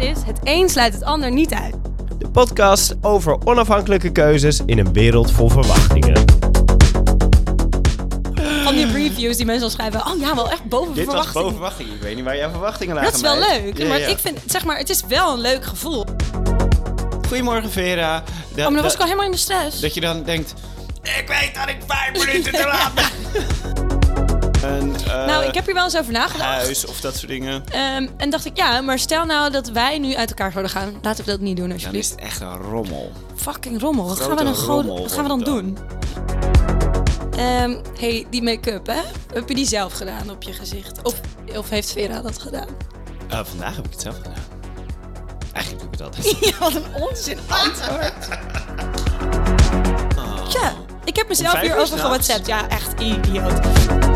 is, het een sluit het ander niet uit. De podcast over onafhankelijke keuzes in een wereld vol verwachtingen. Van die reviews die mensen al schrijven. Oh ja, wel echt boven Dit verwachtingen. was boven verwachtingen. Ik weet niet waar jouw verwachtingen lagen. Dat is wel leuk. Ja, maar ja. ik vind, zeg maar, het is wel een leuk gevoel. Goedemorgen Vera. Maar dan was ik al helemaal in de stress. Dat je dan denkt... Ik weet dat ik 5 minuten te laat ben. Nou, ik heb hier wel eens over nagedacht. Huis of dat soort dingen. En dacht ik, ja, maar stel nou dat wij nu uit elkaar zouden gaan. Laten we dat niet doen, Dan is alsjeblieft. het echt een rommel. Fucking rommel. Wat Grote gaan we dan, rommel wat gaan we dan wordt het doen? Hey, die make-up, hè? Heb je die zelf gedaan op je gezicht? Of heeft Vera dat gedaan? Vandaag heb ik het zelf gedaan. Eigenlijk doe ik het altijd. Ja, wat een onzin antwoord. Ja, ik heb mezelf Om 5 uur hierover s'nachts? gewhatsappt. Ja, echt idioot.